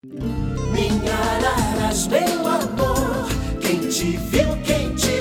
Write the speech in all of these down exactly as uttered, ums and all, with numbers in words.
Minha Araras, meu amor, quem te viu, quem te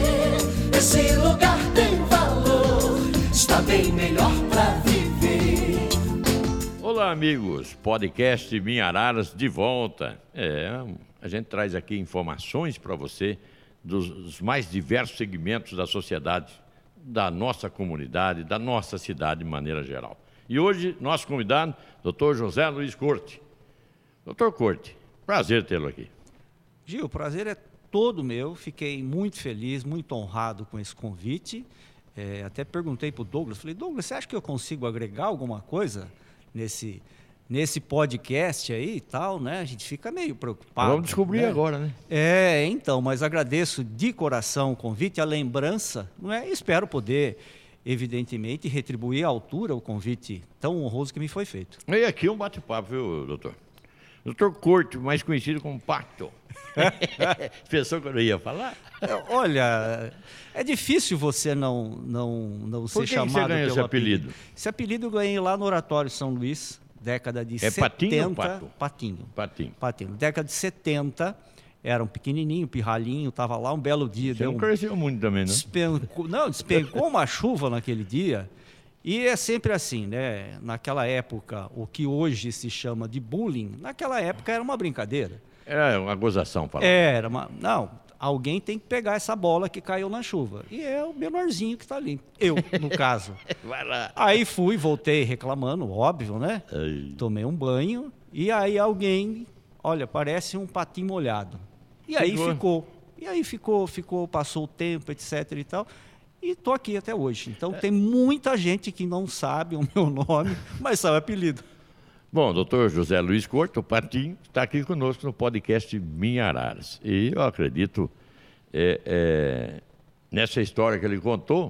vê, esse lugar tem valor, está bem melhor pra viver. Olá, amigos, podcast Minha Araras de volta. É, a gente traz aqui informações para você dos mais diversos segmentos da sociedade, da nossa comunidade, da nossa cidade de maneira geral. E hoje, nosso convidado, doutor José Luiz Corte. doutor Corte, prazer tê-lo aqui. Gil, o prazer é todo meu. Fiquei muito feliz, muito honrado com esse convite. É, até perguntei para o Douglas, falei, Douglas, você acha que eu consigo agregar alguma coisa nesse, nesse podcast aí e tal, né? A gente fica meio preocupado. Vamos descobrir, né? Agora, né? É, então, mas agradeço de coração o convite, a lembrança, não é? Espero poder, evidentemente, retribuir à altura o convite tão honroso que me foi feito. E aqui um bate-papo, viu, doutor? doutor Corte, mais conhecido como Pato. Pensou que eu não ia falar? Olha, é difícil você não, não, não ser chamado pelo apelido. Por que você ganhou esse apelido? apelido? Esse apelido eu ganhei lá no Oratório São Luís, década de é setenta. Patinho ou Pato? Patinho. Patinho. Patinho. Década de setenta, era um pequenininho, pirralhinho, estava lá um belo dia. Você não um... cresceu muito também, não? Despencou, não, despencou uma chuva naquele dia. E é sempre assim, né? Naquela época, o que hoje se chama de bullying, naquela época era uma brincadeira. Era uma gozação, falava. Era uma... Não, alguém tem que pegar essa bola que caiu na chuva. E é o menorzinho que está ali. Eu, no caso. Vai lá. Aí fui, voltei reclamando, óbvio, né? Ai. Tomei um banho. E aí alguém, olha, parece um patinho molhado. E aí ficou. ficou. E aí ficou, ficou, passou o tempo, etc e tal. E estou aqui até hoje. Então, tem muita gente que não sabe o meu nome, mas sabe o apelido. Bom, doutor José Luiz Corte, o Patinho, está aqui conosco no podcast Minha Araras. E eu acredito, é, é, nessa história que ele contou,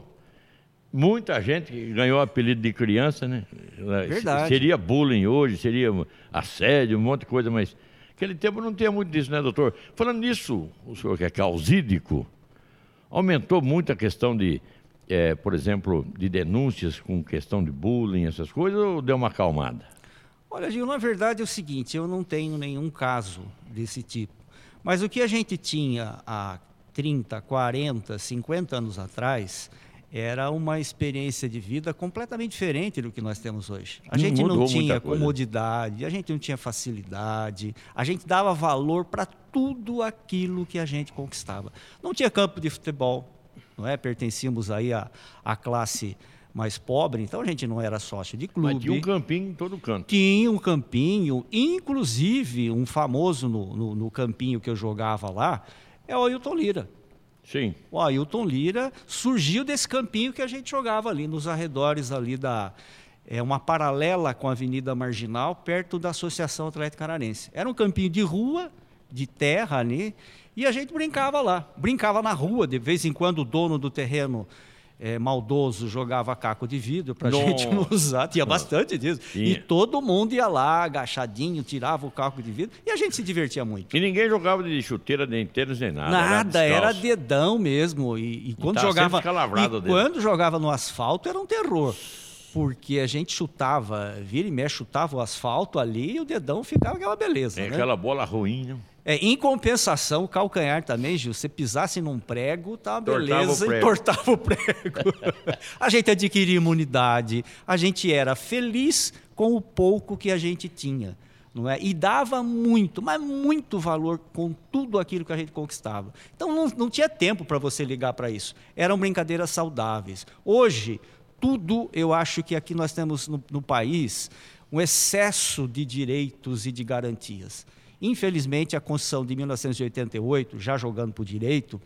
muita gente ganhou o apelido de criança, né? Verdade. Seria bullying hoje, seria assédio, um monte de coisa, mas naquele tempo não tinha muito disso, né, doutor? Falando nisso, o senhor que é causídico, aumentou muito a questão de, é, por exemplo, de denúncias com questão de bullying, essas coisas, ou deu uma acalmada? Olha, Gil, na verdade é o seguinte, eu não tenho nenhum caso desse tipo. Mas o que a gente tinha há trinta, quarenta, cinquenta anos atrás era uma experiência de vida completamente diferente do que nós temos hoje. A gente não tinha comodidade, a gente não tinha facilidade, a gente dava valor para tudo aquilo que a gente conquistava. Não tinha campo de futebol, não é? Pertencíamos aí à, à classe mais pobre, então a gente não era sócio de clube. Mas tinha um campinho em todo canto. Tinha um campinho, inclusive um famoso no, no, no campinho que eu jogava lá, é o Ailton Lira. Sim. O Ailton Lira surgiu desse campinho que a gente jogava ali, nos arredores ali da... É uma paralela com a Avenida Marginal, perto da Associação Atlética Canarense. Era um campinho de rua, de terra ali, e a gente brincava lá. Brincava na rua, de vez em quando o dono do terreno é, maldoso jogava caco de vidro para a gente não usar. Tinha bastante disso. Tinha. E todo mundo ia lá, agachadinho, tirava o caco de vidro, e a gente se divertia muito. E ninguém jogava de chuteira, nem tênis, nem nada. Nada, era, era dedão mesmo. E, e quando, e jogava, e quando jogava no asfalto era um terror. Porque a gente chutava, vira e mexe, chutava o asfalto ali e o dedão ficava aquela beleza. É, né? Aquela bola ruim, não? É, em compensação, o calcanhar também, Gil, você pisasse num prego, tá uma beleza, tortava e tortava o prego. A gente adquiria imunidade, a gente era feliz com o pouco que a gente tinha. Não é? E dava muito, mas muito valor com tudo aquilo que a gente conquistava. Então não, não tinha tempo para você ligar para isso. Eram brincadeiras saudáveis. Hoje, tudo, eu acho que aqui nós temos no, no país um excesso de direitos e de garantias. Infelizmente, a Constituição de mil novecentos e oitenta e oito, já jogando para o direito,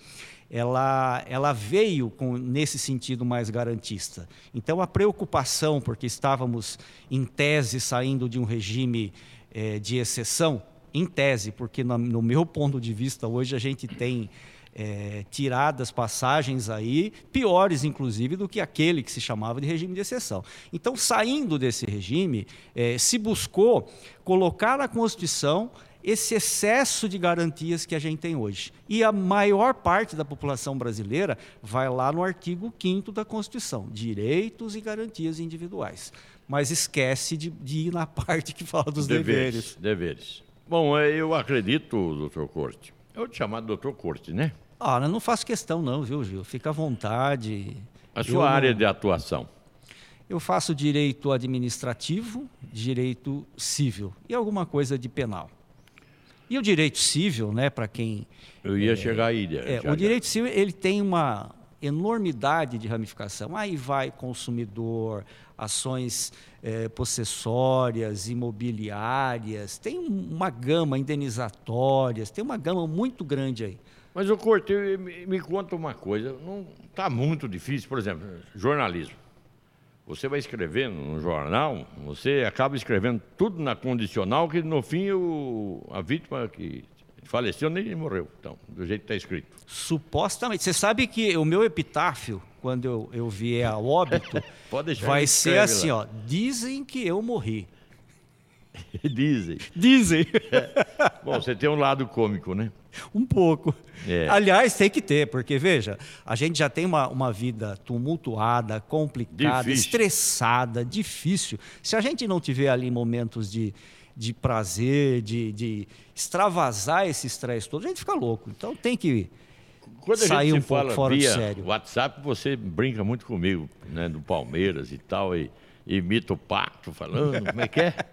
ela, ela veio com, nesse sentido mais garantista. Então, a preocupação, porque estávamos, em tese, saindo de um regime é, de exceção, em tese, porque no, no meu ponto de vista, hoje a gente tem é, tiradas, passagens aí, piores, inclusive, do que aquele que se chamava de regime de exceção. Então, saindo desse regime, é, se buscou colocar na Constituição esse excesso de garantias que a gente tem hoje. E a maior parte da população brasileira vai lá no artigo quinto da Constituição, direitos e garantias individuais. Mas esquece de, de ir na parte que fala dos deveres. Deveres. deveres. Bom, eu acredito, doutor Corte. Eu vou te chamar de doutor Corte, né? Ah, eu não faço questão não, viu, Gil? Fica à vontade. A sua Eu área não... de atuação? Eu faço direito administrativo, direito civil e alguma coisa de penal. E o direito civil, né, para quem... Eu ia é, chegar aí. É, já, o direito civil ele tem uma enormidade de ramificação. Aí vai consumidor, ações é, possessórias, imobiliárias, tem uma gama, indenizatórias, tem uma gama muito grande aí. Mas o Corte, me, me conta uma coisa, não está muito difícil, por exemplo, jornalismo. Você vai escrever no jornal, você acaba escrevendo tudo na condicional, que no fim o, a vítima que faleceu nem morreu, então, do jeito que está escrito. Supostamente. Você sabe que o meu epitáfio, quando eu, eu vier a óbito, Pode deixar, vai ser assim, lá. ó, dizem que eu morri. Dizem. Dizem. É. Bom, você tem um lado cômico, né? Um pouco. É. Aliás, tem que ter, porque, veja, a gente já tem uma, uma vida tumultuada, complicada, Difícil. estressada, difícil. Se a gente não tiver ali momentos de, de prazer, de, de extravasar esse estresse todo, a gente fica louco. Então tem que Quando a sair gente um se pouco fala fora do via sério. WhatsApp, você brinca muito comigo, né? Do Palmeiras e tal, e imita o Pato falando, como é que é?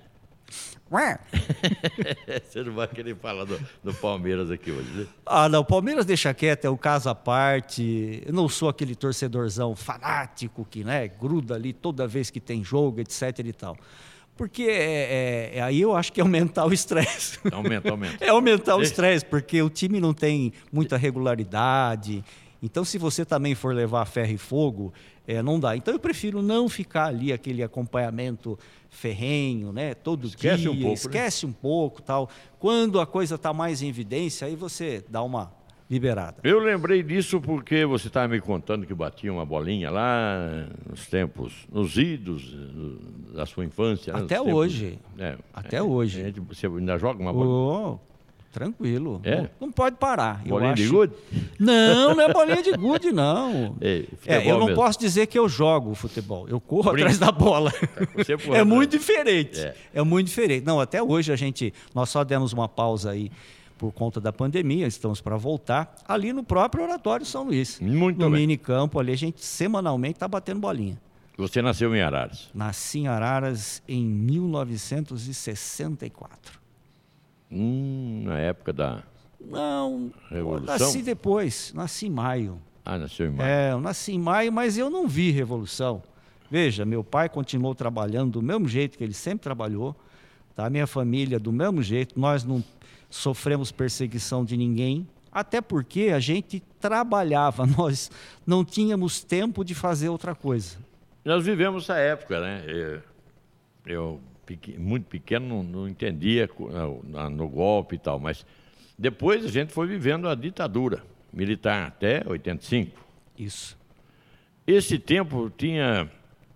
Você não vai querer falar do, do Palmeiras aqui hoje, né? Ah, não, o Palmeiras deixa quieto, é um caso à parte. Eu não sou aquele torcedorzão fanático que, né, gruda ali toda vez que tem jogo, etc e tal. Porque é, é, aí eu acho que é aumentar o estresse. Aumenta, aumenta. É aumentar o estresse, porque o time não tem muita regularidade. Então, se você também for levar ferro e fogo, é, não dá. Então, eu prefiro não ficar ali aquele acompanhamento ferrenho, né? Todo Esquece dia, um pouco, esquece né? um pouco, tal. Quando a coisa está mais em evidência, aí você dá uma liberada. Eu lembrei disso porque você estava me contando que batia uma bolinha lá nos tempos, nos idos da sua infância. Né? Até Nos hoje. Tempos, é, Até é, hoje. Gente, você ainda joga uma bola? Oh, tranquilo. É? Não, não pode parar. Bolinha eu de acho... gude? Não, não é bolinha de gude, não. É, É, eu não mesmo. posso dizer que eu jogo futebol. Eu corro Brinca. atrás da bola. Você É porra, muito né? diferente. É. É. muito diferente. Não, até hoje a gente, nós só demos uma pausa aí por conta da pandemia, estamos para voltar ali no próprio Oratório São Luís. Muito no bem. minicampo ali, a gente semanalmente está batendo bolinha. Você nasceu em Araras. Nasci em Araras em mil novecentos e sessenta e quatro. Hum, na época da Não, eu Revolução? nasci depois, nasci em maio. Ah, nasceu em maio. É, eu nasci em maio, mas eu não vi revolução. Veja, meu pai continuou trabalhando do mesmo jeito que ele sempre trabalhou, tá? Minha família do mesmo jeito, nós não sofremos perseguição de ninguém, até porque a gente trabalhava, nós não tínhamos tempo de fazer outra coisa. Nós vivemos essa época, né? Eu, eu pequ- muito pequeno, não, não entendia no, no golpe e tal, mas depois a gente foi vivendo a ditadura militar até oitenta e cinco. Isso. Esse tempo tinha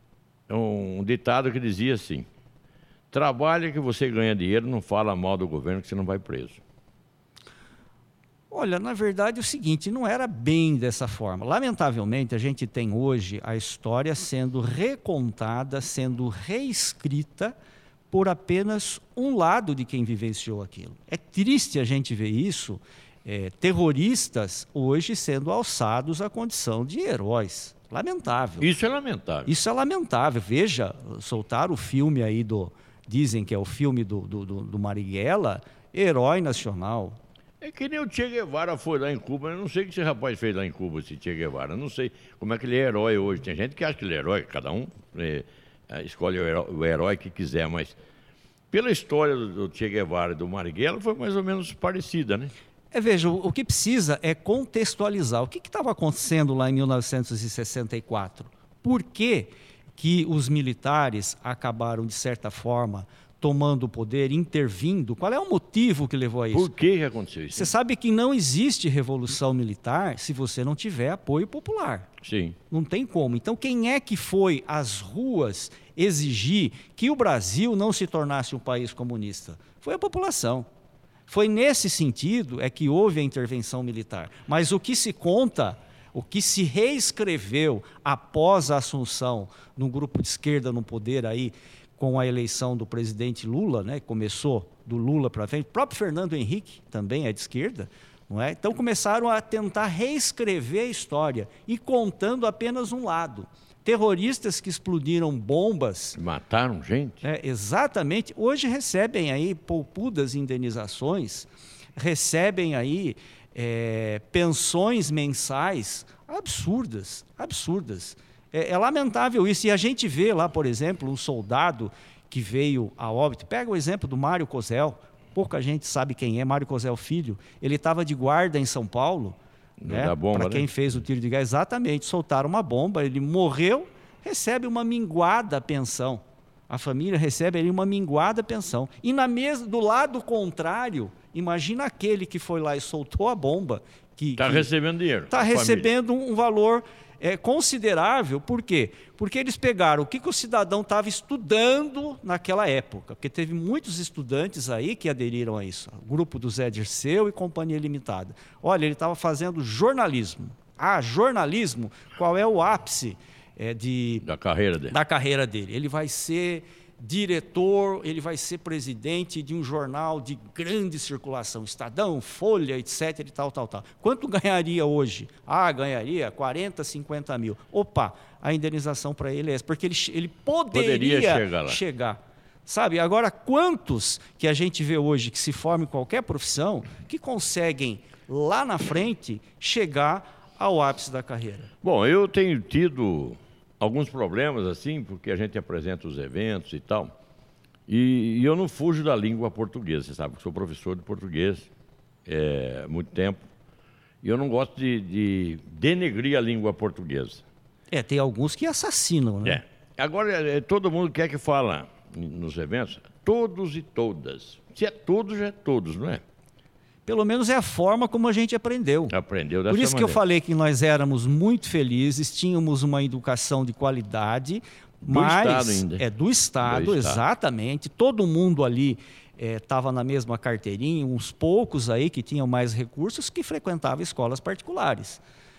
um ditado que dizia assim: trabalha que você ganha dinheiro, não fala mal do governo que você não vai preso. Olha, na verdade é o seguinte, não era bem dessa forma. Lamentavelmente, a gente tem hoje a história sendo recontada, sendo reescrita por apenas um lado de quem vivenciou aquilo. É triste a gente ver isso, é, terroristas hoje sendo alçados à condição de heróis. Lamentável. Isso é lamentável. Isso é lamentável. Veja, soltaram o filme aí do... Dizem que é o filme do, do, do, do Marighella, herói nacional. É que nem o Che Guevara foi lá em Cuba. Eu não sei o que esse rapaz fez lá em Cuba, esse Che Guevara. Eu não sei como é que ele é herói hoje. Tem gente que acha que ele é herói, cada um é, escolhe o herói, o herói que quiser, mas pela história do, do Che Guevara e do Marighella foi mais ou menos parecida, né? É, veja, o, o que precisa é contextualizar. O que estava acontecendo lá em mil novecentos e sessenta e quatro? Por que que os militares acabaram, de certa forma, tomando o poder, intervindo? Qual é o motivo que levou a isso? Por que que aconteceu isso? Você sabe que não existe revolução militar se você não tiver apoio popular. Sim. Não tem como. Então, quem é que foi às ruas exigir que o Brasil não se tornasse um país comunista? Foi a população. Foi nesse sentido é que houve a intervenção militar. Mas o que se conta, o que se reescreveu após a assunção num grupo de esquerda no poder aí, com a eleição do presidente Lula, né, começou do Lula para frente, o próprio Fernando Henrique também é de esquerda, não é? Então começaram a tentar reescrever a história e contando apenas um lado. Terroristas que explodiram bombas... Mataram gente? É, exatamente. Hoje recebem aí poupudas indenizações, recebem aí é, pensões mensais absurdas, absurdas. É, é lamentável isso. E a gente vê lá, por exemplo, um soldado que veio a óbito. Pega o exemplo do Mário Cosel. Pouca gente sabe quem é Mário Cosel Filho. Ele estava de guarda em São Paulo, né? Para quem né? fez o tiro de gás. Exatamente, soltaram uma bomba, ele morreu, recebe uma minguada pensão. A família recebe ali uma minguada pensão. E na mesa, do lado contrário, imagina aquele que foi lá e soltou a bomba. Está recebendo dinheiro. Está recebendo um valor é, considerável. Por quê? Porque eles pegaram o que, que o cidadão estava estudando naquela época. Porque teve muitos estudantes aí que aderiram a isso. O grupo do Zé Dirceu e Companhia Limitada. Olha, ele estava fazendo jornalismo. Ah, jornalismo, qual é o ápice é, de, da, carreira dele. da carreira dele? Ele vai ser diretor, ele vai ser presidente de um jornal de grande circulação, Estadão, Folha, etc, e tal, tal, tal. Quanto ganharia hoje? Ah, ganharia quarenta, cinquenta mil. Opa, a indenização para ele é essa, porque ele, ele poderia, poderia chegar, lá. chegar. Sabe, agora quantos que a gente vê hoje que se formam em qualquer profissão, que conseguem lá na frente chegar ao ápice da carreira? Bom, eu tenho tido alguns problemas, assim, porque a gente apresenta os eventos e tal, e, e eu não fujo da língua portuguesa, você sabe que sou professor de português é, há muito tempo, e eu não gosto de, de denegrir a língua portuguesa. É, tem alguns que assassinam, né? É. Agora, é, todo mundo quer que fala nos eventos, todos e todas. Se é todos, já é todos, não é? Pelo menos é a forma como a gente aprendeu. Aprendeu dessa Por isso maneira. que eu falei que nós éramos muito felizes, tínhamos uma educação de qualidade, do mas Estado ainda. É do Estado, do exatamente. Estado. Todo mundo ali estava é, na mesma carteirinha, uns poucos aí que tinham mais recursos que frequentavam escolas particulares.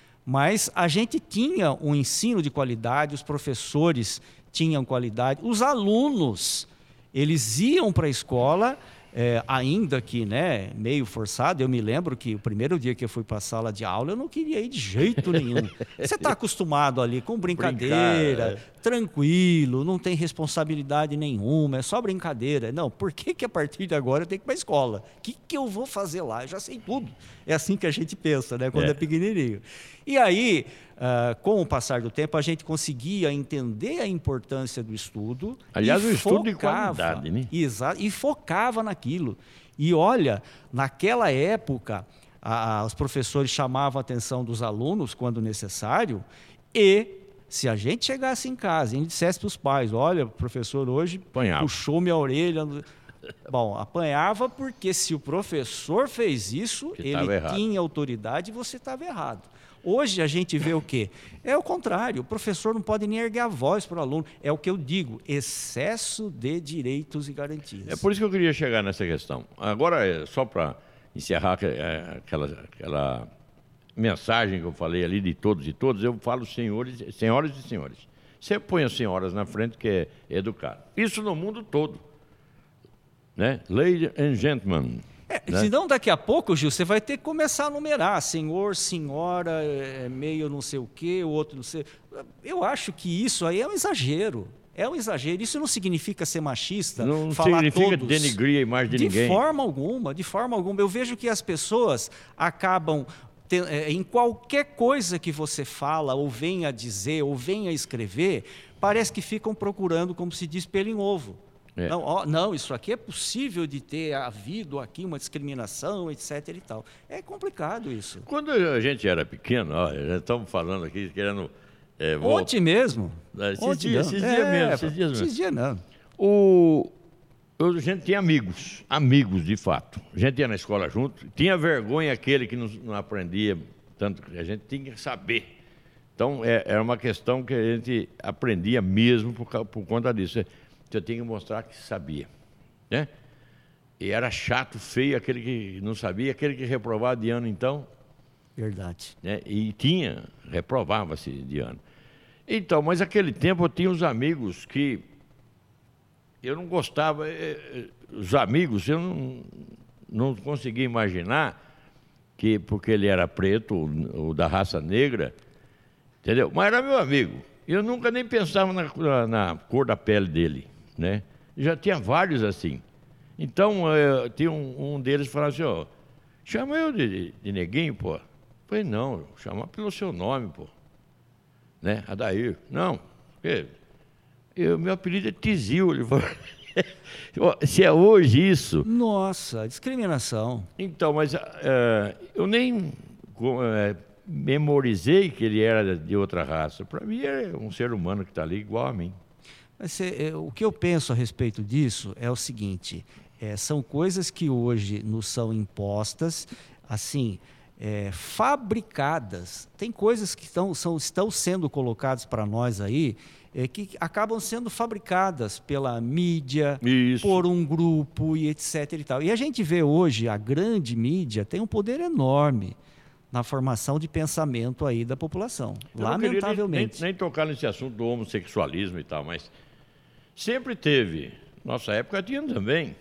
Mas a gente tinha um ensino de qualidade, os professores tinham qualidade, os alunos, eles iam para a escola... É, ainda que né, meio forçado, eu me lembro que o primeiro dia que eu fui para a sala de aula, eu não queria ir de jeito nenhum. Você está acostumado ali com brincadeira, Brincar, é. tranquilo, não tem responsabilidade nenhuma, é só brincadeira. Não, por que, que a partir de agora eu tenho que ir para a escola? O que, que eu vou fazer lá? Eu já sei tudo. É assim que a gente pensa, né, quando é, é pequenininho. E aí, uh, com o passar do tempo, a gente conseguia entender a importância do estudo. Aliás, o estudo de focava, qualidade, né? Exato, e focava naquilo. E olha, naquela época, a, a, os professores chamavam a atenção dos alunos quando necessário, e se a gente chegasse em casa e a gente dissesse para os pais, olha, o professor hoje apanhava. Puxou minha orelha... Bom, apanhava porque se o professor fez isso, você ele tinha autoridade e você estava errado. Hoje a gente vê o quê? É o contrário, o professor não pode nem erguer a voz para o aluno. É o que eu digo, excesso de direitos e garantias. É por isso que eu queria chegar nessa questão. Agora, só para encerrar aquela, aquela mensagem que eu falei ali de todos e todas, eu falo senhores, senhoras e senhores. Você põe as senhoras na frente que é educado. Isso no mundo todo. Né? Ladies and gentlemen. É, né? Senão, daqui a pouco, Gil, você vai ter que começar a numerar. Senhor, senhora, é, meio não sei o quê, o outro não sei. Eu acho que isso aí é um exagero. É um exagero. Isso não significa ser machista. Não falar significa todos, denegrir a imagem de, de ninguém. De forma alguma, de forma alguma. Eu vejo que as pessoas acabam... Em qualquer coisa que você fala, ou venha dizer, ou venha escrever, parece que ficam procurando, como se diz, pelo em ovo. É. Não, ó, não, isso aqui é possível de ter havido aqui uma discriminação, etc e tal. É complicado isso. Quando a gente era pequeno, ó, já estamos falando aqui, querendo... É, Ontem mesmo. Esses Ontem dias, esses dias é, mesmo. Esses dias mesmo. Esses dias não. O... A gente tinha amigos, amigos de fato. A gente ia na escola junto, tinha vergonha aquele que não, não aprendia, tanto que a gente tinha que saber. Então, é, era uma questão que a gente aprendia mesmo por, por conta disso. Você tinha que mostrar que sabia, né? E era chato, feio, aquele que não sabia, aquele que reprovava de ano, então. Verdade. Né? E tinha, reprovava-se de ano. Então, mas naquele tempo eu tinha uns amigos que eu não gostava, eh, os amigos, eu não, não conseguia imaginar que, porque ele era preto, ou da raça negra, entendeu? Mas era meu amigo. Eu nunca nem pensava na, na, na cor da pele dele, né? Já tinha vários assim. Então, eh, tinha um, um deles que falava assim, ó, chama eu de, de neguinho, pô. Eu falei, não, chama pelo seu nome, pô. Né? Adair. Não, porque eu, meu apelido é Tizil. Ele falou, se é hoje isso... Nossa, discriminação. Então, mas uh, eu nem uh, memorizei que ele era de outra raça. Para mim, é um ser humano que está ali igual a mim. Mas, é, o que eu penso a respeito disso é o seguinte, é, são coisas que hoje nos são impostas, assim, é, fabricadas. Tem coisas que estão, são, estão sendo colocadas para nós aí, É, que acabam sendo fabricadas pela mídia, Isso. por um grupo e etc. E, tal. E a gente vê hoje, a grande mídia tem um poder enorme na formação de pensamento aí da população, Eu lamentavelmente. Nem, nem, nem tocar nesse assunto do homossexualismo e tal, mas sempre teve. Nossa época tinha também.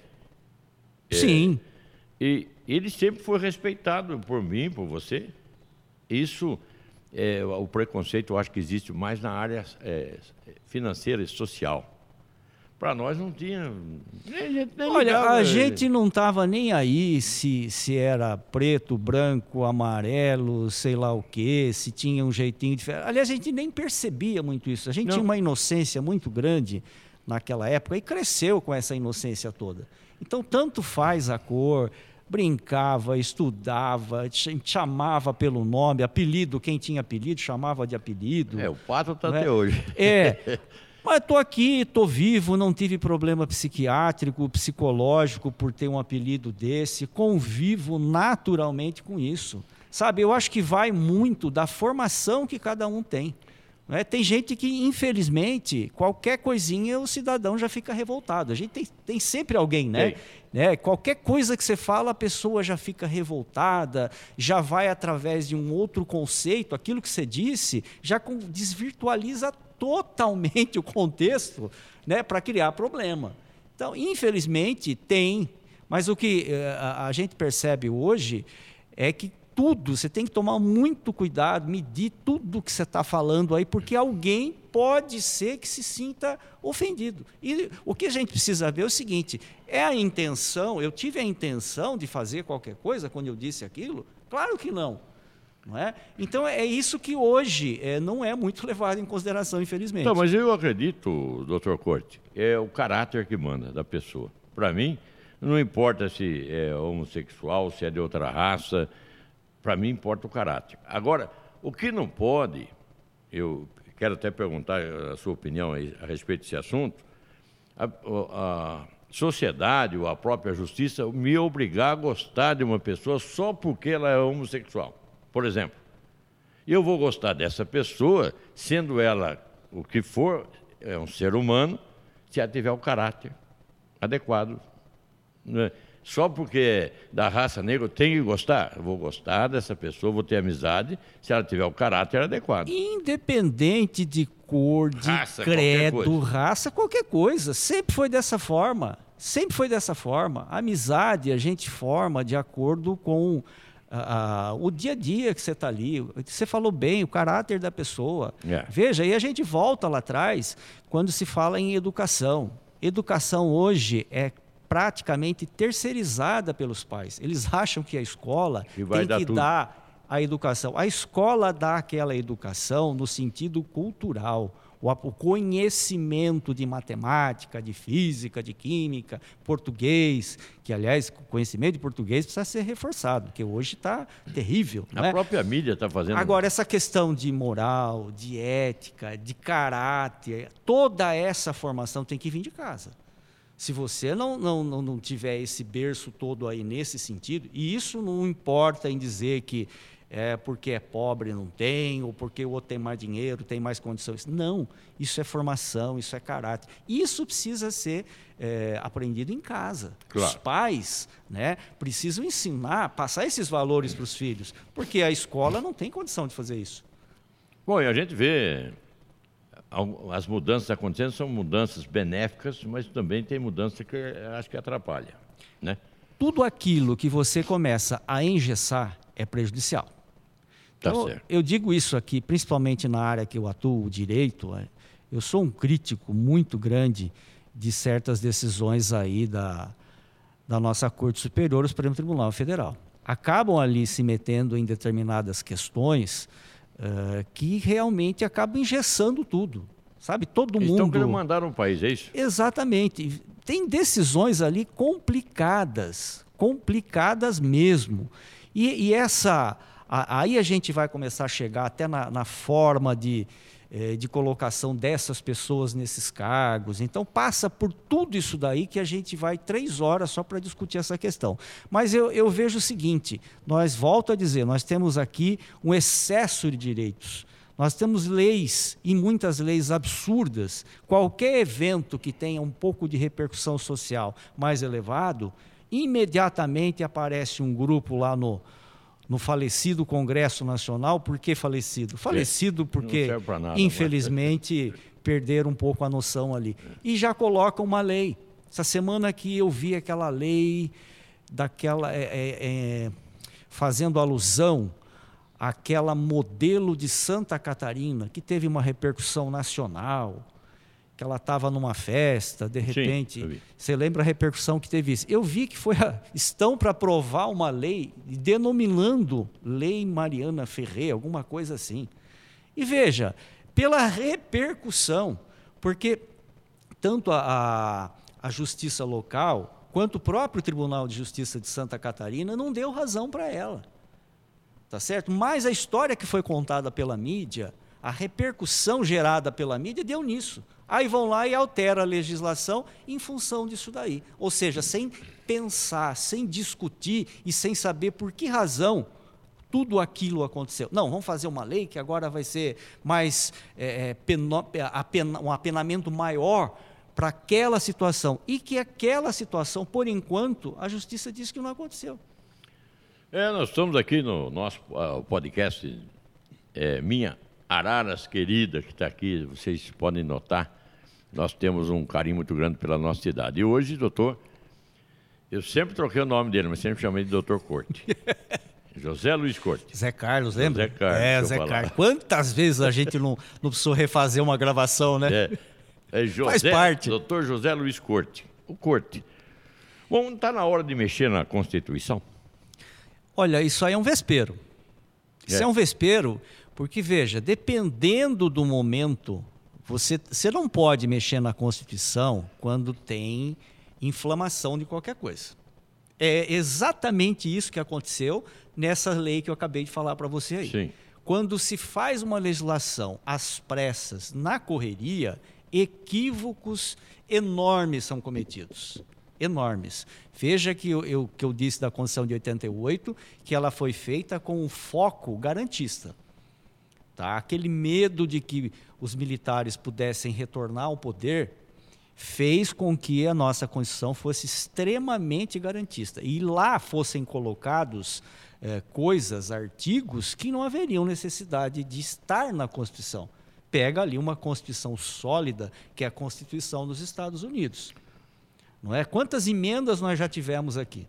Sim. É, e ele sempre foi respeitado por mim, por você. Isso... É, o preconceito eu acho que existe mais na área é, financeira e social. Para nós não tinha... Nem, nem Olha, ligava. a gente não estava nem aí se, se era preto, branco, amarelo, sei lá o quê, se tinha um jeitinho diferente. Aliás, a gente nem percebia muito isso. A gente Não. tinha uma inocência muito grande naquela época e cresceu com essa inocência toda. Então, tanto faz a cor... brincava, estudava, chamava pelo nome, apelido, quem tinha apelido, chamava de apelido. É, o Pato está né? até hoje. É, mas estou aqui, estou vivo, não tive problema psiquiátrico, psicológico por ter um apelido desse, convivo naturalmente com isso. Sabe, eu acho que vai muito da formação que cada um tem. Né? Tem gente que, infelizmente, qualquer coisinha o cidadão já fica revoltado. A gente tem, tem sempre alguém, né? né? Qualquer coisa que você fala, a pessoa já fica revoltada, já vai através de um outro conceito, aquilo que você disse, já com, desvirtualiza totalmente o contexto, né? Para criar problema. Então, infelizmente, tem. Mas o que a, a gente percebe hoje é que tudo, você tem que tomar muito cuidado, medir tudo que você está falando aí, porque alguém pode ser que se sinta ofendido. E o que a gente precisa ver é o seguinte, é a intenção, eu tive a intenção de fazer qualquer coisa quando eu disse aquilo? Claro que não. Não é? Então, é isso que hoje é, não é muito levado em consideração, infelizmente. Não, mas eu acredito, doutor Corte, é o caráter que manda da pessoa. Para mim, não importa se é homossexual, se é de outra raça, para mim importa o caráter. Agora, o que não pode, eu quero até perguntar a sua opinião a respeito desse assunto, a, a sociedade ou a própria justiça me obrigar a gostar de uma pessoa só porque ela é homossexual. Por exemplo, eu vou gostar dessa pessoa, sendo ela o que for, é um ser humano, se ela tiver o caráter adequado, né? Só porque é da raça negra eu tenho que gostar? Eu vou gostar dessa pessoa, vou ter amizade, se ela tiver o caráter adequado. Independente de cor, de raça, credo, qualquer raça, qualquer coisa. Sempre foi dessa forma. Sempre foi dessa forma. A amizade a gente forma de acordo com a, a, o dia a dia que você está ali. Você falou bem, o caráter da pessoa. É. Veja, e a gente volta lá atrás quando se fala em educação. Educação hoje é praticamente terceirizada pelos pais. Eles acham que a escola que vai tem dar que tudo. dar a educação. A escola dá aquela educação no sentido cultural, o conhecimento de matemática, de física, de química, português, que, aliás, o conhecimento de português precisa ser reforçado, porque hoje está terrível. A não é? própria mídia está fazendo... Agora, essa questão de moral, de ética, de caráter, toda essa formação tem que vir de casa. Se você não, não, não, não tiver esse berço todo aí nesse sentido, e isso não importa em dizer que é porque é pobre não tem, ou porque o outro tem mais dinheiro, tem mais condições. Não, isso é formação, isso é caráter. Isso precisa ser é, aprendido em casa. Claro. Os pais, né, precisam ensinar, passar esses valores para os filhos, porque a escola não tem condição de fazer isso. Bom, e a gente vê as mudanças acontecendo são mudanças benéficas, mas também tem mudança que acho que atrapalha, né? Tudo aquilo que você começa a engessar é prejudicial. Tá Então, certo. eu digo isso aqui, principalmente na área que eu atuo, o direito. Eu sou um crítico muito grande de certas decisões aí da, da nossa Corte Superior, o Supremo Tribunal Federal. Acabam ali se metendo em determinadas questões uh, que realmente acabam engessando tudo. Sabe, todo Eles mundo... estão querendo mandar um país, é isso? Exatamente. Tem decisões ali complicadas, complicadas mesmo. E, e essa... A, aí a gente vai começar a chegar até na, na forma de, eh, de colocação dessas pessoas nesses cargos. Então, passa por tudo isso daí que a gente vai três horas só para discutir essa questão. Mas eu, eu vejo o seguinte, nós, volto a dizer, nós temos aqui um excesso de direitos. Nós temos leis, e muitas leis absurdas. Qualquer evento que tenha um pouco de repercussão social mais elevado, imediatamente aparece um grupo lá no, no falecido Congresso Nacional. Por que falecido? Falecido porque, nada, infelizmente, perderam um pouco a noção ali. E já colocam uma lei. Essa semana aqui eu vi aquela lei, daquela, é, é, é, fazendo alusão aquela modelo de Santa Catarina, que teve uma repercussão nacional, que ela estava numa festa, de repente, sim, você lembra a repercussão que teve isso? Eu vi que foi a, estão para aprovar uma lei, denominando Lei Mariana Ferrer, alguma coisa assim. E veja, pela repercussão, porque tanto a, a, a Justiça Local, quanto o próprio Tribunal de Justiça de Santa Catarina não deu razão para ela. Tá certo? Mas a história que foi contada pela mídia, a repercussão gerada pela mídia deu nisso. Aí vão lá e alteram a legislação em função disso daí. Ou seja, sem pensar, sem discutir e sem saber por que razão tudo aquilo aconteceu. Não, vamos fazer uma lei que agora vai ser mais é, peno, apena, um apenamento maior para aquela situação. E que aquela situação, por enquanto, a Justiça diz que não aconteceu. É, nós estamos aqui no nosso uh, podcast é, Minha Araras Querida, que está aqui, vocês podem notar, nós temos um carinho muito grande pela nossa cidade. E hoje, doutor, eu sempre troquei o nome dele, mas sempre chamei de doutor Corte. José Luiz Corte. Zé Carlos, lembra? Zé Carlos. É, Zé Carlos. Quantas vezes a gente não, não precisou refazer uma gravação, né? É, é José, faz parte. doutor José Luiz Corte. O Corte. Bom, não está na hora de mexer na Constituição? Olha, isso aí é um vespeiro. Isso é, é um vespeiro, porque, veja, dependendo do momento, você, você não pode mexer na Constituição quando tem inflamação de qualquer coisa. É exatamente isso que aconteceu nessa lei que eu acabei de falar para você aí. Sim. Quando se faz uma legislação às pressas, na correria, equívocos enormes são cometidos. Enormes. Veja que eu, eu, que eu disse da Constituição de oitenta e oito, que ela foi feita com um foco garantista. Tá? Aquele medo de que os militares pudessem retornar ao poder fez com que a nossa Constituição fosse extremamente garantista. E lá fossem colocados eh, coisas, artigos, que não haveriam necessidade de estar na Constituição. Pega ali uma Constituição sólida, que é a Constituição dos Estados Unidos. Não é? Quantas emendas nós já tivemos aqui?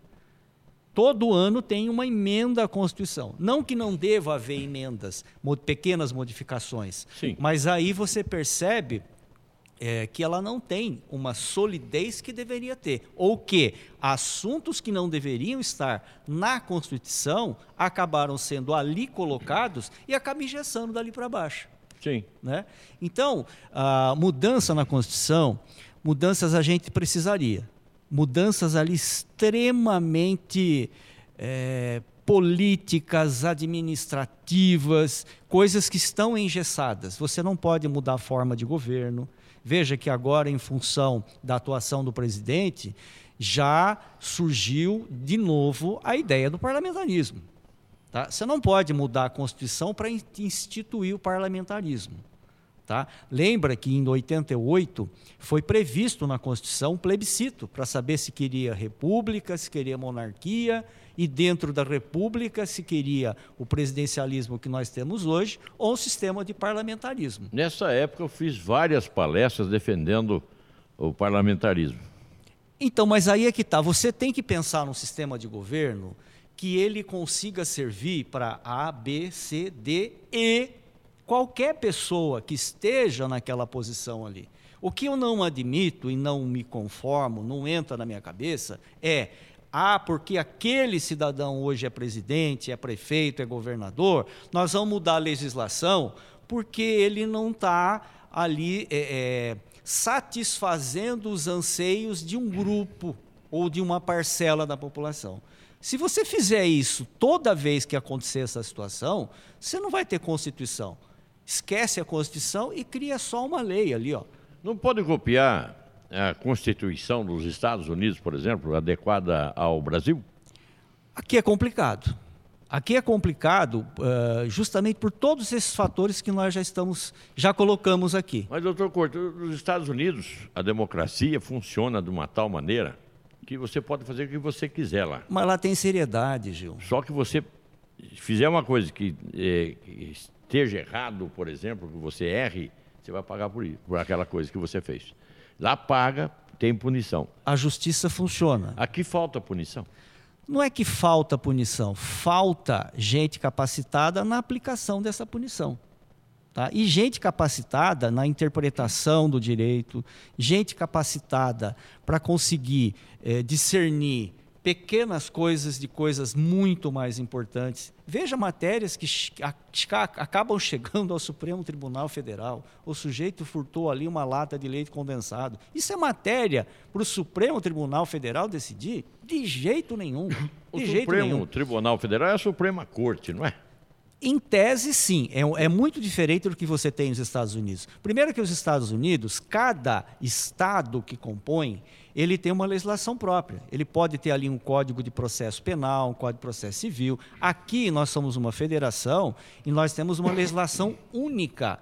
Todo ano tem uma emenda à Constituição. Não que não deva haver emendas, pequenas modificações, sim, mas aí você percebe é, que ela não tem uma solidez que deveria ter, ou que assuntos que não deveriam estar na Constituição acabaram sendo ali colocados e acabam engessando dali para baixo. Sim. Né? Então, a mudança na Constituição, mudanças a gente precisaria. Mudanças ali extremamente é, políticas, administrativas, coisas que estão engessadas. Você não pode mudar a forma de governo. Veja que agora, em função da atuação do presidente, já surgiu de novo a ideia do parlamentarismo. Tá? Você não pode mudar a Constituição para instituir o parlamentarismo. Tá? Lembra que em oitenta e oito foi previsto na Constituição um plebiscito para saber se queria república, se queria monarquia, e dentro da república se queria o presidencialismo que nós temos hoje ou um sistema de parlamentarismo. Nessa época eu fiz várias palestras defendendo o parlamentarismo. Então, mas aí é que está, você tem que pensar num sistema de governo que ele consiga servir para A, B, C, D e qualquer pessoa que esteja naquela posição ali. O que eu não admito e não me conformo, não entra na minha cabeça, é, ah, porque aquele cidadão hoje é presidente, é prefeito, é governador, nós vamos mudar a legislação porque ele não está ali é, é, satisfazendo os anseios de um grupo ou de uma parcela da população. Se você fizer isso toda vez que acontecer essa situação, você não vai ter Constituição. Esquece a Constituição e cria só uma lei ali, ó. Não pode copiar a Constituição dos Estados Unidos, por exemplo, adequada ao Brasil? Aqui é complicado. Aqui é complicado uh, justamente por todos esses fatores que nós já estamos, já colocamos aqui. Mas, doutor Couto, nos Estados Unidos a democracia funciona de uma tal maneira que você pode fazer o que você quiser lá. Mas lá tem seriedade, Gil. Só que você fizer uma coisa que, é, que esteja errado, por exemplo, que você erre, você vai pagar por isso, por aquela coisa que você fez. Lá paga, tem punição. A justiça funciona. Aqui falta punição. Não é que falta punição, falta gente capacitada na aplicação dessa punição. Tá? E gente capacitada na interpretação do direito, gente capacitada para conseguir é, discernir pequenas coisas de coisas muito mais importantes. Veja matérias que acabam chegando ao Supremo Tribunal Federal. O sujeito furtou ali uma lata de leite condensado. Isso é matéria para o Supremo Tribunal Federal decidir? De jeito nenhum. De o jeito Supremo nenhum. Tribunal Federal é a Suprema Corte, não é? Em tese, sim. É, é muito diferente do que você tem nos Estados Unidos. Primeiro que os Estados Unidos, cada estado que compõe, ele tem uma legislação própria. Ele pode ter ali um código de processo penal, um código de processo civil. Aqui nós somos uma federação e nós temos uma legislação única,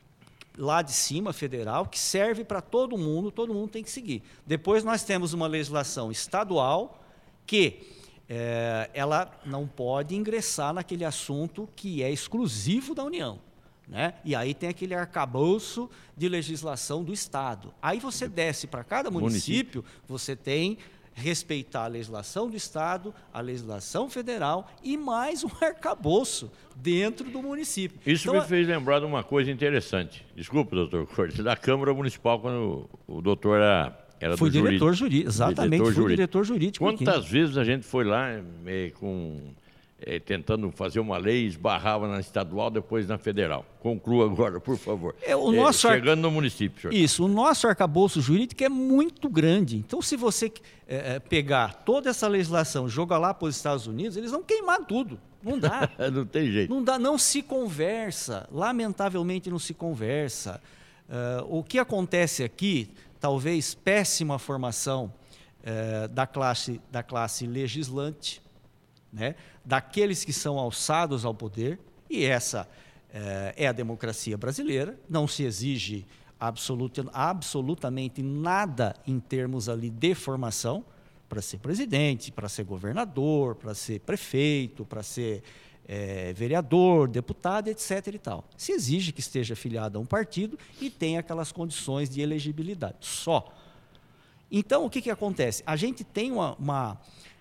lá de cima, federal, que serve para todo mundo, todo mundo tem que seguir. Depois nós temos uma legislação estadual que é, ela não pode ingressar naquele assunto que é exclusivo da União. Né? E aí tem aquele arcabouço de legislação do Estado. Aí você desce para cada município, município, você tem respeitar a legislação do Estado, a legislação federal e mais um arcabouço dentro do município. Isso então, me fez lembrar de uma coisa interessante. Desculpa, doutor Cortes, da Câmara Municipal, quando o doutor era, era fui do diretor jurídico. jurídico. Exatamente, diretor fui jurídico. diretor jurídico. Quantas aqui. vezes a gente foi lá é, com... É, tentando fazer uma lei, esbarrava na estadual, depois na federal. Conclua agora, por favor. É, o é, nosso chegando no município. Senhor. Isso, o nosso arcabouço jurídico é muito grande. Então, se você é, pegar toda essa legislação, jogar lá para os Estados Unidos, eles vão queimar tudo. Não dá. Não tem jeito. Não dá, não se conversa. Lamentavelmente não se conversa. Uh, o que acontece aqui, talvez péssima formação uh, da classe, da classe legislante, né, daqueles que são alçados ao poder, e essa é, é a democracia brasileira, não se exige absoluta, absolutamente nada em termos ali de formação, para ser presidente, para ser governador, para ser prefeito, para ser é, vereador, deputado, etc e tal. Se exige que esteja afiliado a um partido e tenha aquelas condições de elegibilidade, só. Então, o que, que acontece? A gente tem uma... uma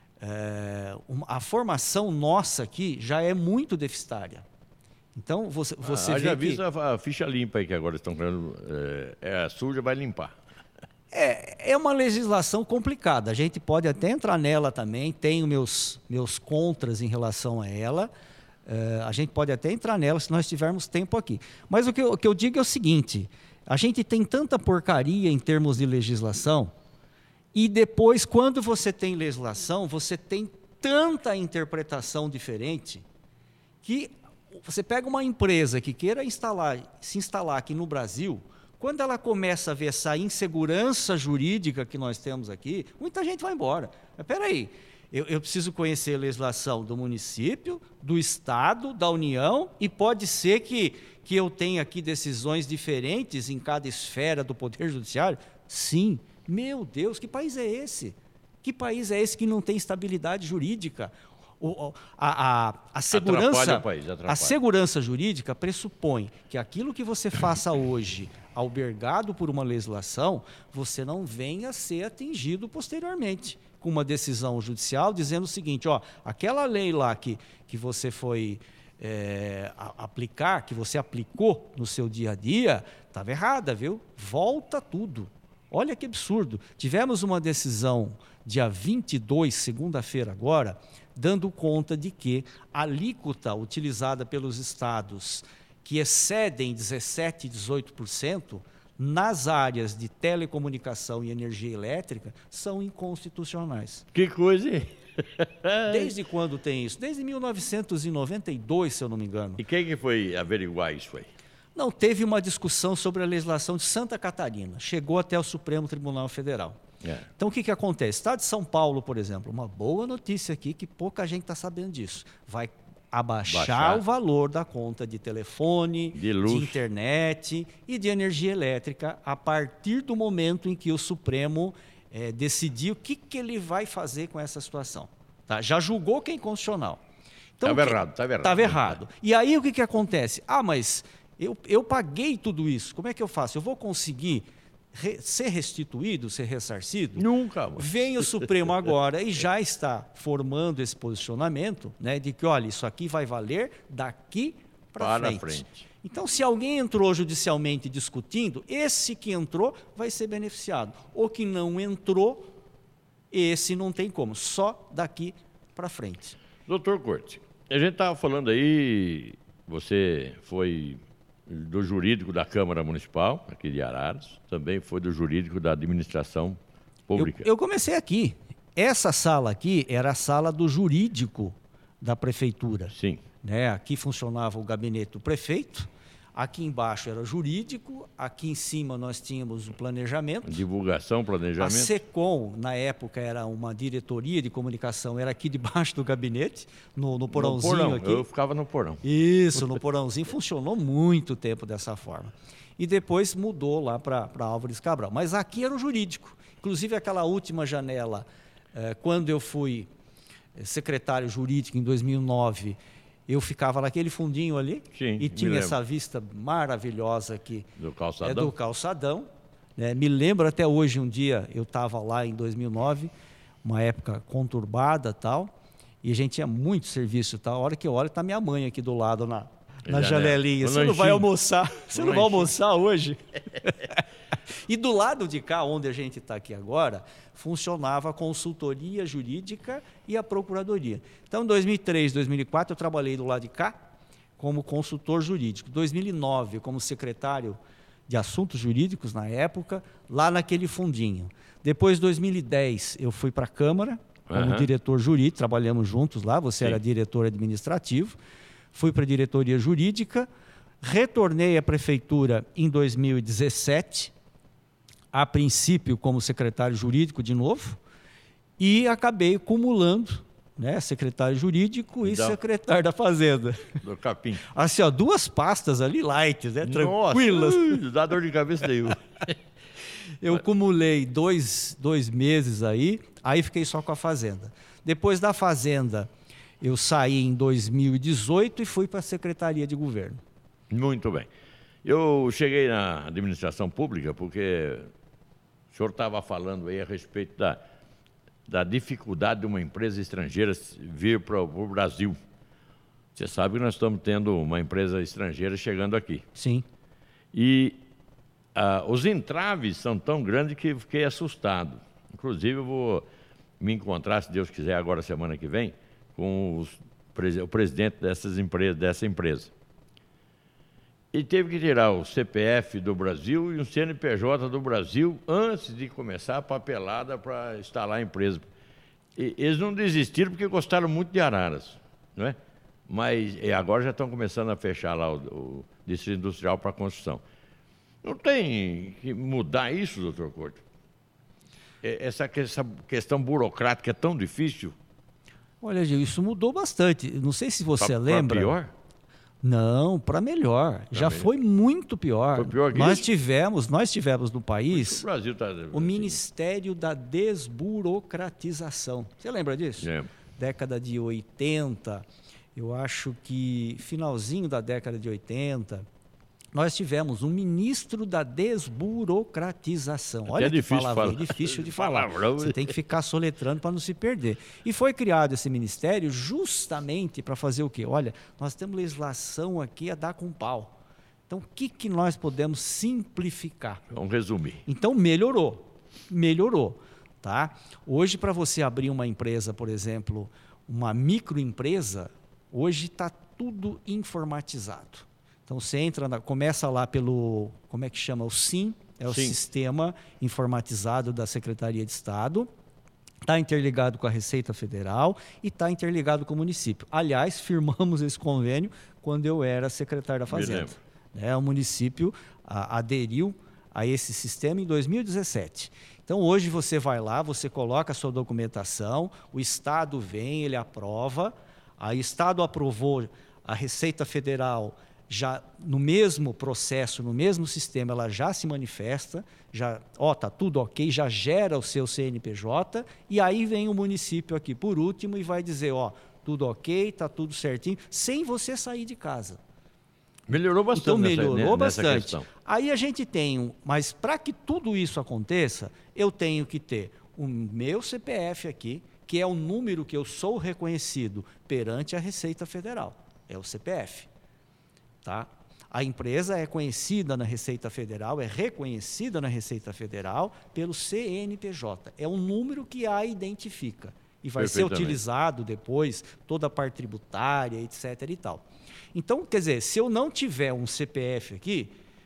É, uma, a formação nossa aqui já é muito deficitária. Então, você, você ah, vê já que... vi a, a ficha limpa aí que agora estão falando, é, é a suja, vai limpar. É, é uma legislação complicada. A gente pode até entrar nela também, tenho meus, meus contras em relação a ela. É, a gente pode até entrar nela se nós tivermos tempo aqui. Mas o que, eu, o que eu digo é o seguinte, a gente tem tanta porcaria em termos de legislação. E depois, quando você tem legislação, você tem tanta interpretação diferente que você pega uma empresa que queira instalar, se instalar aqui no Brasil, quando ela começa a ver essa insegurança jurídica que nós temos aqui, muita gente vai embora. Mas espera aí, Eu, eu preciso conhecer a legislação do município, do Estado, da União, e pode ser que, que eu tenha aqui decisões diferentes em cada esfera do Poder Judiciário? Sim. Meu Deus, que país é esse? Que país é esse que não tem estabilidade jurídica? O, a, a, a, segurança, país, a segurança jurídica pressupõe que aquilo que você faça hoje, albergado por uma legislação, você não venha a ser atingido posteriormente com uma decisão judicial dizendo o seguinte, ó, aquela lei lá que, que você foi é, a, aplicar, que você aplicou no seu dia a dia, estava errada, viu? Volta tudo. Olha que absurdo. Tivemos uma decisão dia vinte e dois, segunda-feira agora, dando conta de que a alíquota utilizada pelos estados que excedem dezessete, dezoito por cento nas áreas de telecomunicação e energia elétrica são inconstitucionais. Que coisa, hein? Desde quando tem isso? Desde mil novecentos e noventa e dois, se eu não me engano. E quem que foi averiguar isso aí? Não, teve uma discussão sobre a legislação de Santa Catarina. Chegou até o Supremo Tribunal Federal. É. Então, o que, que acontece? Estado de São Paulo, por exemplo, uma boa notícia aqui, que pouca gente está sabendo disso. Vai abaixar Baixar. o valor da conta de telefone, de, de internet e de energia elétrica a partir do momento em que o Supremo é, decidir o que, que ele vai fazer com essa situação. Tá? Já julgou que é inconstitucional. Estava então, errado, estava errado. Estava errado. E aí o que, que acontece? Ah, mas eu, eu paguei tudo isso, como é que eu faço? Eu vou conseguir re, ser restituído, ser ressarcido? Nunca. Mano. Vem o Supremo agora e já está formando esse posicionamento, né, de que, olha, isso aqui vai valer daqui pra frente. frente. Então, se alguém entrou judicialmente discutindo, esse que entrou vai ser beneficiado. O que não entrou, esse não tem como, só daqui para frente. Doutor Corte, a gente estava falando aí, você foi do jurídico da Câmara Municipal, aqui de Araras, também foi do jurídico da Administração Pública. Eu, eu comecei aqui. Essa sala aqui era a sala do jurídico da Prefeitura. Sim. Né? Aqui funcionava o gabinete do prefeito, aqui embaixo era jurídico, aqui em cima nós tínhamos o planejamento. Divulgação, planejamento. A SECOM, na época, era uma diretoria de comunicação, era aqui debaixo do gabinete, no, no porãozinho no porão. aqui. Eu ficava no porão. Isso, no porãozinho, funcionou muito tempo dessa forma. E depois mudou lá para Álvares Cabral. Mas aqui era o jurídico. Inclusive, aquela última janela, eh, quando eu fui secretário jurídico em dois mil e nove, eu ficava naquele fundinho ali. Sim, e tinha essa vista maravilhosa aqui. Do calçadão. É do calçadão. Né? Me lembro até hoje, um dia, eu estava lá em dois mil e nove, uma época conturbada e tal, e a gente tinha muito serviço e tal. A hora que eu olho, está minha mãe aqui do lado na, na janelinha. Você não vai almoçar? Você não vai almoçar hoje? E do lado de cá, onde a gente está aqui agora, funcionava a consultoria jurídica e a procuradoria. Então, em dois mil e três, dois mil e quatro, eu trabalhei do lado de cá como consultor jurídico. Em dois mil e nove, como secretário de assuntos jurídicos, na época, lá naquele fundinho. Depois, em dois mil e dez, eu fui para a Câmara como uhum. diretor jurídico, trabalhamos juntos lá, você Sim. era diretor administrativo. Fui para a diretoria jurídica, retornei à prefeitura em dois mil e dezessete, a princípio como secretário jurídico de novo, e acabei acumulando, né, secretário jurídico e da, secretário da Fazenda. Do Capim. Assim, ó, duas pastas ali light, né, tranquilas. Nossa, dá dor de cabeça nenhuma. Eu acumulei dois, dois meses aí, aí fiquei só com a Fazenda. Depois da Fazenda, eu saí em dois mil e dezoito e fui para a Secretaria de Governo. Muito bem. Eu cheguei na administração pública porque o senhor estava falando aí a respeito da, da dificuldade de uma empresa estrangeira vir para o Brasil. Você sabe que nós estamos tendo uma empresa estrangeira chegando aqui. Sim. E ah, os entraves são tão grandes que eu fiquei assustado. Inclusive, eu vou me encontrar, se Deus quiser, agora semana que vem, com os, o presidente dessas empresas, dessa empresa. E teve que tirar o C P F do Brasil e o C N P J do Brasil antes de começar a papelada para instalar a empresa. E eles não desistiram porque gostaram muito de Araras, não é? Mas agora já estão começando a fechar lá o, o distrito industrial para construção. Não tem que mudar isso, doutor Corte? Essa, essa questão burocrática é tão difícil? Olha, Gil, isso mudou bastante. Não sei se você pra, lembra. Para pior? Não, para melhor. Pra Já melhor. Foi muito pior. Foi pior que nós isso? tivemos, nós tivemos no país o, Brasil tá, o Ministério da Desburocratização. Você lembra disso? Lembro. Década de oitenta, eu acho que finalzinho da década de oitenta, nós tivemos um ministro da desburocratização. Olha, é que difícil palavra, falar. É difícil de falar. Você tem que ficar soletrando para não se perder. E foi criado esse ministério justamente para fazer o quê? Olha, nós temos legislação aqui a dar com pau. Então, o que, que nós podemos simplificar? Vamos resumir. Então, melhorou. Melhorou. Tá? Hoje, para você abrir uma empresa, por exemplo, uma microempresa, hoje está tudo informatizado. Então, você entra, na, começa lá pelo, como é que chama? O SIM, é o Sim. Sistema Informatizado da Secretaria de Estado, está interligado com a Receita Federal e está interligado com o município. Aliás, firmamos esse convênio quando eu era secretário da Fazenda. É, o município a, aderiu a esse sistema em dois mil e dezessete. Então, hoje você vai lá, você coloca a sua documentação, o Estado vem, ele aprova, aí o Estado aprovou, a Receita Federal já no mesmo processo, no mesmo sistema, ela já se manifesta, já, ó, tá tudo ok, já gera o seu C N P J, e aí vem o município aqui por último e vai dizer, ó, tudo ok, tá tudo certinho, sem você sair de casa. Melhorou bastante. Então melhorou nessa, bastante. Nessa questão. Aí a gente tem, mas para que tudo isso aconteça, eu tenho que ter o meu C P F aqui, que é o número que eu sou reconhecido perante a Receita Federal, é o C P F. Tá? A empresa é conhecida na Receita Federal, é reconhecida na Receita Federal pelo C N P J. É um número que a identifica. E vai ser utilizado depois, toda a parte tributária, etc. e tal. Então, quer dizer, se eu não tiver um C P F aqui,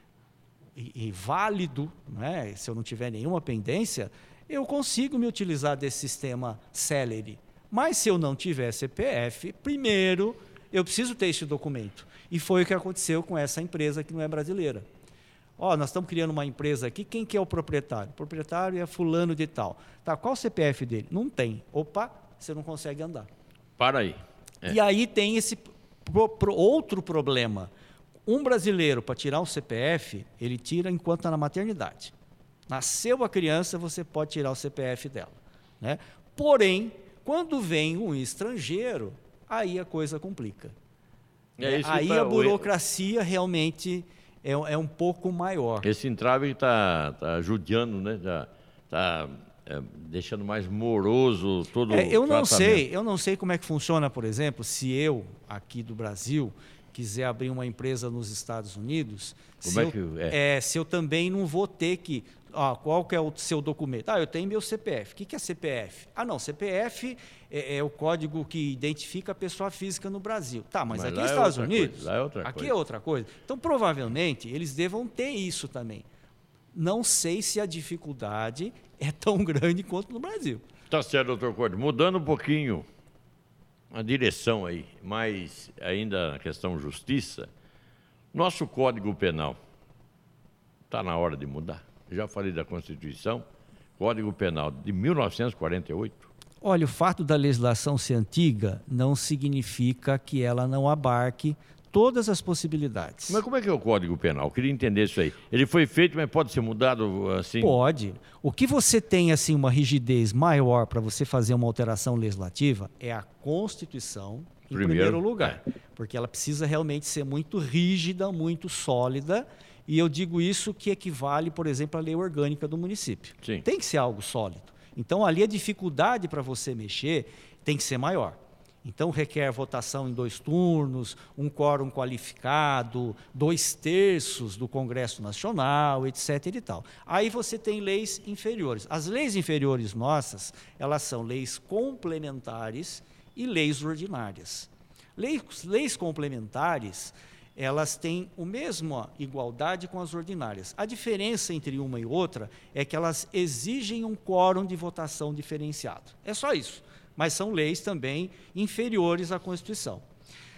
e, e válido, né, se eu não tiver nenhuma pendência, eu consigo me utilizar desse sistema Celery. Mas se eu não tiver C P F, primeiro eu preciso ter esse documento. E foi o que aconteceu com essa empresa que não é brasileira. Ó, nós estamos criando uma empresa aqui, quem que é o proprietário? O proprietário é fulano de tal. Tá, qual o C P F dele? Não tem. Opa, você não consegue andar. Para aí. É. E aí tem esse pro, pro, outro problema. Um brasileiro, para tirar um C P F, ele tira enquanto está na maternidade. Nasceu a criança, você pode tirar o C P F dela. Né? Porém, quando vem um estrangeiro, aí a coisa complica. É, aí tá, a burocracia o... realmente é, é um pouco maior. Esse entrave está tá judiando, né? Está tá, é, deixando mais moroso todo é, eu o não sei, eu não sei como é que funciona, por exemplo, se eu, aqui do Brasil, quiser abrir uma empresa nos Estados Unidos, como se, é eu, que, é. É, se eu também não vou ter que... Ah, qual que é o seu documento? Ah, eu tenho meu C P F. O que, que é C P F? Ah, não, C P F é, é o código que identifica a pessoa física no Brasil. Tá, mas, mas aqui nos Estados é Unidos, coisa, lá é outra aqui coisa. é outra coisa. Então, provavelmente, eles devam ter isso também. Não sei se a dificuldade é tão grande quanto no Brasil. Tá certo, doutor Corte. Mudando um pouquinho a direção aí, mas ainda na questão justiça, nosso Código Penal está na hora de mudar. Já falei da Constituição, Código Penal de mil novecentos e quarenta e oito. Olha, o fato da legislação ser antiga não significa que ela não abarque todas as possibilidades. Mas como é que é o Código Penal? Eu queria entender isso aí. Ele foi feito, mas pode ser mudado assim? Pode. O que você tem, assim, uma rigidez maior para você fazer uma alteração legislativa é a Constituição, em primeiro, primeiro lugar. É. Porque ela precisa realmente ser muito rígida, muito sólida. E eu digo isso que equivale, por exemplo, à lei orgânica do município. Sim. Tem que ser algo sólido. Então, ali a dificuldade para você mexer tem que ser maior. Então, requer votação em dois turnos, um quórum qualificado, dois terços do Congresso Nacional, etc. e tal. Aí você tem leis inferiores. As leis inferiores nossas, elas são leis complementares e leis ordinárias. Leis, leis complementares... elas têm a mesma igualdade com as ordinárias. A diferença entre uma e outra é que elas exigem um quórum de votação diferenciado. É só isso. Mas são leis também inferiores à Constituição.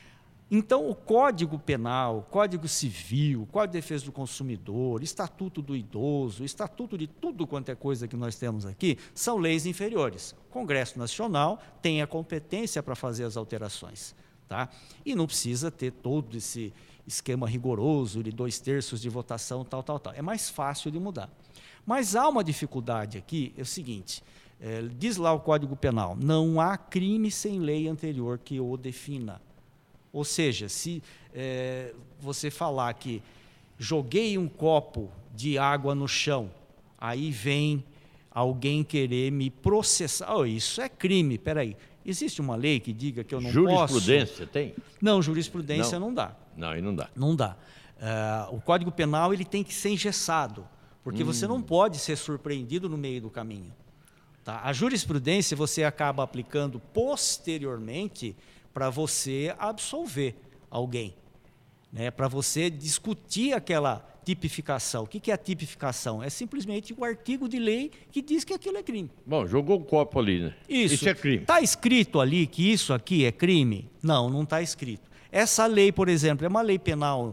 Então, o Código Penal, Código Civil, Código de Defesa do Consumidor, Estatuto do Idoso, Estatuto de tudo quanto é coisa que nós temos aqui, são leis inferiores. O Congresso Nacional tem a competência para fazer as alterações, tá? E não precisa ter todo esse esquema rigoroso de dois terços de votação, tal, tal, tal. É mais fácil de mudar. Mas há uma dificuldade aqui, é o seguinte, é, diz lá o Código Penal, não há crime sem lei anterior que o defina. Ou seja, se é, você falar que joguei um copo de água no chão, aí vem alguém querer me processar. Oh, isso é crime, peraí. Existe uma lei que diga que eu não jurisprudência posso... Jurisprudência tem? Não, jurisprudência não, não dá. Não, aí não dá. Não dá. Uh, o Código Penal ele tem que ser engessado, porque hum. você não pode ser surpreendido no meio do caminho. Tá? A jurisprudência você acaba aplicando posteriormente para você absolver alguém, né? Para você discutir aquela tipificação. O que, que é a tipificação? É simplesmente o artigo de lei que diz que aquilo é crime. Bom, jogou o copo ali, né? Isso, isso é crime. Está escrito ali que isso aqui é crime? Não, não está escrito. Essa lei, por exemplo, é uma lei penal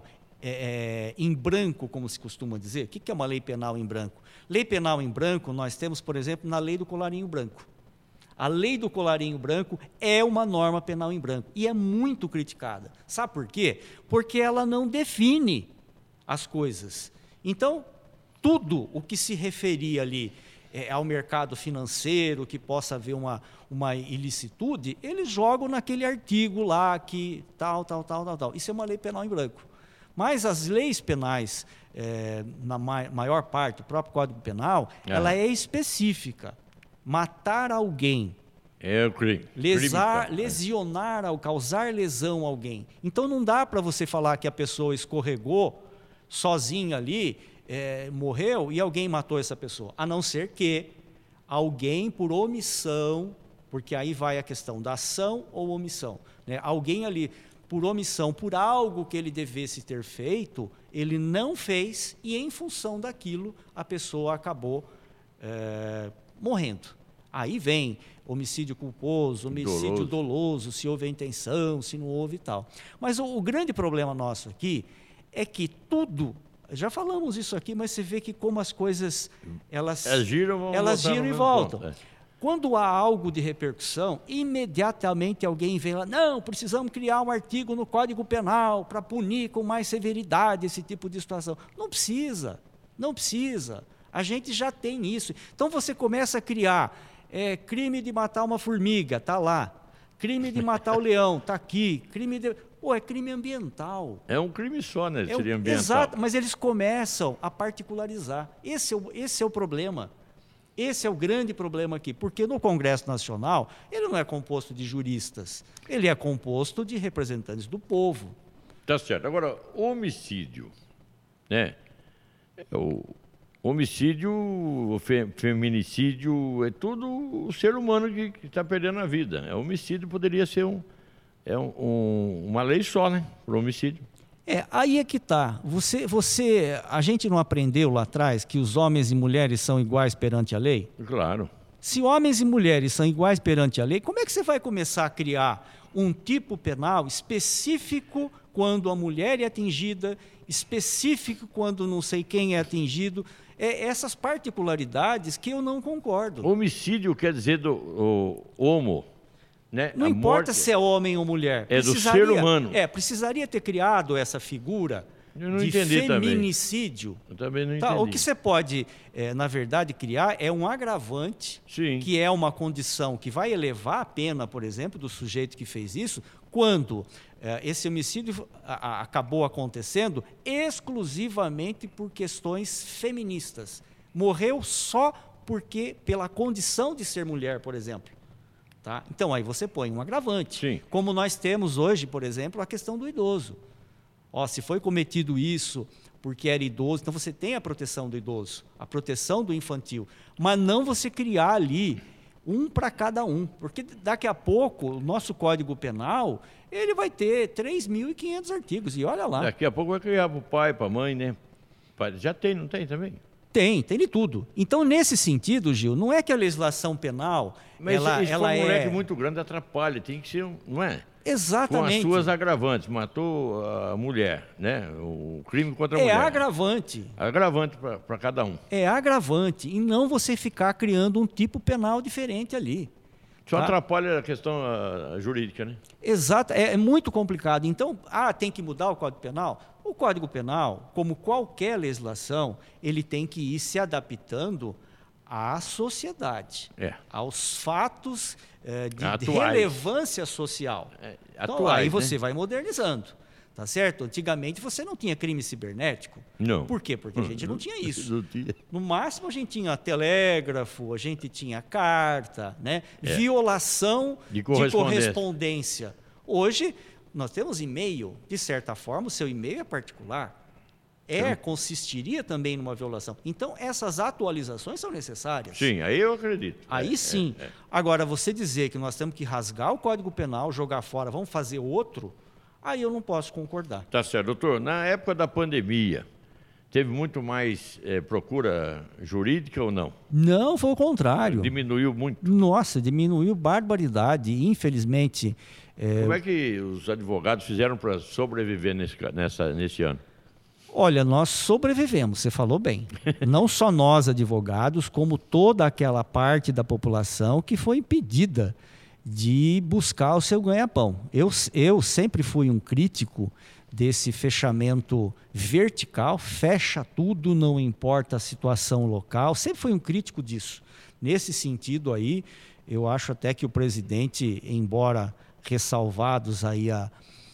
é, é, em branco, como se costuma dizer. O que, que é uma lei penal em branco? Lei penal em branco nós temos, por exemplo, na lei do colarinho branco. A lei do colarinho branco é uma norma penal em branco e é muito criticada. Sabe por quê? Porque ela não define as coisas. Então, tudo o que se referia ali é, ao mercado financeiro, que possa haver uma, uma ilicitude, eles jogam naquele artigo lá que tal, tal, tal, tal, tal. Isso é uma lei penal em branco. Mas as leis penais, é, na ma- maior parte, o próprio Código Penal, é. ela é específica. Matar alguém, é o crime. lesar, crime, lesionar, ao causar lesão a alguém. Então não dá para você falar que a pessoa escorregou sozinha ali, é, morreu e alguém matou essa pessoa, a não ser que alguém por omissão, porque aí vai a questão da ação ou omissão, né? Alguém ali por omissão, por algo que ele devesse ter feito, ele não fez e em função daquilo a pessoa acabou é, morrendo. Aí vem homicídio culposo, homicídio doloso. doloso, se houve a intenção, se não houve e tal. Mas o, o grande problema nosso aqui é que tudo, já falamos isso aqui, mas você vê que como as coisas, elas, elas giram, elas giram e voltam. Ponto, é. Quando há algo de repercussão, imediatamente alguém vem lá, não, precisamos criar um artigo no Código Penal para punir com mais severidade esse tipo de situação. Não precisa, não precisa. A gente já tem isso. Então você começa a criar é, crime de matar uma formiga, está lá. Crime de matar o leão, está aqui. Crime de... Pô, é crime ambiental. É um crime só, né? É Seria um... ambiental. Exato, mas eles começam a particularizar. Esse é, o, esse é o problema. Esse é o grande problema aqui, porque no Congresso Nacional, ele não é composto de juristas, ele é composto de representantes do povo. Tá certo. Agora, homicídio, né? O homicídio, o fe, feminicídio, é tudo o ser humano que está perdendo a vida. O homicídio poderia ser um, é um, um, uma lei só, né? Para o homicídio. É, aí é que está. Você, você, a gente não aprendeu lá atrás que os homens e mulheres são iguais perante a lei? Claro. Se homens e mulheres são iguais perante a lei, como é que você vai começar a criar um tipo penal específico quando a mulher é atingida, específico quando não sei quem é atingido? É, essas particularidades que eu não concordo. Homicídio quer dizer do o, homo. Né? Não a importa morte se é homem ou mulher. É do ser humano. É, precisaria ter criado essa figura de feminicídio. Também. Eu também não tá, entendi. O que você pode, é, na verdade, criar é um agravante, Sim. que é uma condição que vai elevar a pena, por exemplo, do sujeito que fez isso, quando é, esse homicídio a, a, acabou acontecendo exclusivamente por questões feministas. Morreu só porque, pela condição de ser mulher, por exemplo. Tá? Então, aí você põe um agravante. Sim. Como nós temos hoje, por exemplo, a questão do idoso. Ó, se foi cometido isso porque era idoso, então você tem a proteção do idoso, a proteção do infantil. Mas não você criar ali um para cada um. Porque daqui a pouco, o nosso Código Penal, ele vai ter três mil e quinhentos artigos. E olha lá. Daqui a pouco vai criar para o pai, para a mãe, né? Já tem, não tem também? Tem, tem de tudo. Então, nesse sentido, Gil, não é que a legislação penal... Mas ela, isso ela for um é... moleque muito grande, atrapalha, tem que ser, um, não é? Exatamente. Com as suas agravantes, matou a mulher, né? O crime contra a É mulher. agravante. Agravante para cada um. É agravante, e não você ficar criando um tipo penal diferente ali. Só tá? atrapalha a questão a, a jurídica, né? Exato, é, é muito complicado. Então, ah, tem que mudar o Código Penal? O Código Penal, como qualquer legislação, ele tem que ir se adaptando à sociedade, É. aos fatos eh, de, de Atuais. relevância social. É, Então, atuais, aí você né? vai modernizando, tá certo? Antigamente você não tinha crime cibernético. Não. Por quê? Porque a gente não tinha isso. Não tinha. No máximo a gente tinha telégrafo, a gente tinha carta, né? É. Violação De de correspondência. correspondência. Hoje nós temos e-mail, de certa forma o seu e-mail é particular. É, Sim. consistiria também numa violação. Então essas atualizações são necessárias. Sim, aí eu acredito. Aí É, sim. é, é. Agora, você dizer que nós temos que rasgar o Código Penal, jogar fora, vamos fazer outro, aí eu não posso concordar. Tá certo, doutor. Na época da pandemia, teve muito mais eh, procura jurídica ou não? Não, foi o contrário. Diminuiu muito. Nossa, diminuiu barbaridade. Infelizmente, é, Como é que os advogados fizeram para sobreviver nesse, ca- nessa, nesse ano? olha, nós sobrevivemos, você falou bem. Não só nós, advogados, como toda aquela parte da população que foi impedida de buscar o seu ganha-pão. Eu, eu sempre fui um crítico desse fechamento vertical, fecha tudo, não importa a situação local. Sempre fui um crítico disso. Nesse sentido aí, eu acho até que o presidente, embora ressalvados aí a,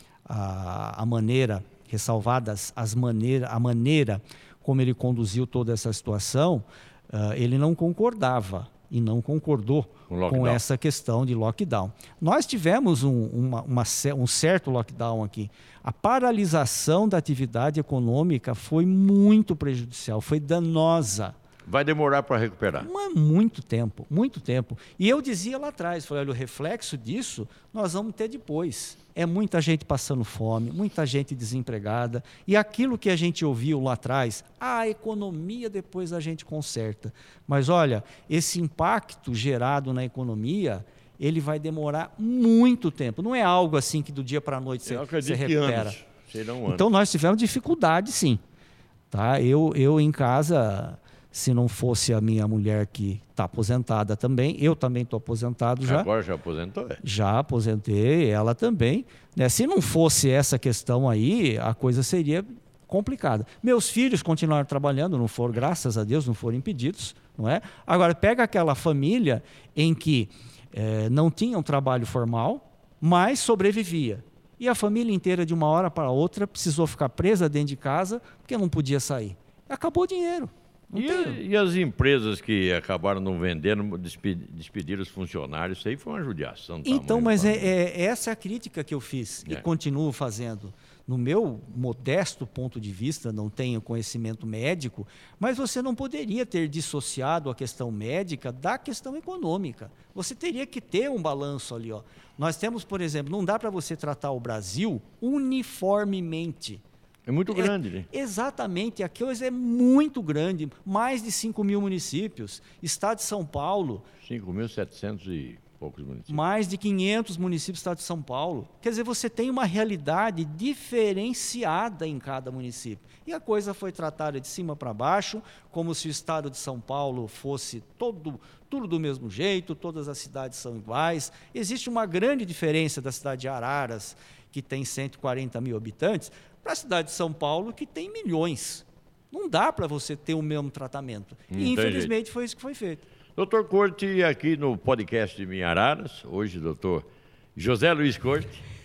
a, a maneira... ressalvadas as maneira, a maneira como ele conduziu toda essa situação, uh, ele não concordava e não concordou Com com essa questão de lockdown. Nós tivemos um, uma, uma, um certo lockdown aqui. A paralisação da atividade econômica foi muito prejudicial, foi danosa. Vai demorar para recuperar. Mas muito tempo, muito tempo. E eu dizia lá atrás, falei, olha, o reflexo disso nós vamos ter depois. É muita gente passando fome, muita gente desempregada. E aquilo que a gente ouviu lá atrás, a economia depois a gente conserta. Mas olha, esse impacto gerado na economia, ele vai demorar muito tempo. Não é algo assim que do dia para a noite você, Eu você acredito que recupera. anos. Serão anos. Então nós tivemos dificuldade, sim. Tá? Eu, eu em casa... Se não fosse a minha mulher que está aposentada também, eu também estou aposentado já. Agora já aposentou, é? Já aposentei, ela também. Né? Se não fosse essa questão aí, a coisa seria complicada. Meus filhos continuaram trabalhando, não foram, graças a Deus, não foram impedidos. Não é? Agora, pega aquela família em que eh, não tinha um trabalho formal, mas sobrevivia. E a família inteira, de uma hora para outra, precisou ficar presa dentro de casa porque não podia sair. Acabou o dinheiro. E, a, e as empresas que acabaram não vendendo, despedir, despediram os funcionários, isso aí foi uma judiação. Então, mas é, é, essa é a crítica que eu fiz É. e continuo fazendo. No meu modesto ponto de vista, não tenho conhecimento médico, mas você não poderia ter dissociado a questão médica da questão econômica. Você teria que ter um balanço ali. Ó. Nós temos, por exemplo, não dá para você tratar o Brasil uniformemente. É muito grande, É, né? exatamente, a coisa é muito grande, mais de cinco mil municípios, estado de São Paulo, cinco mil e setecentos e poucos municípios. mais de quinhentos municípios do estado de São Paulo. Quer dizer, você tem uma realidade diferenciada em cada município. E a coisa foi tratada de cima para baixo, como se o estado de São Paulo fosse todo, tudo do mesmo jeito, todas as cidades são iguais. Existe uma grande diferença da cidade de Araras, que tem cento e quarenta mil habitantes, para a cidade de São Paulo, que tem milhões. Não dá para você ter o mesmo tratamento. Não E, tem infelizmente, foi isso que foi feito. Doutor Corte, aqui no podcast de Minha Araras, hoje, doutor José Luiz Corte.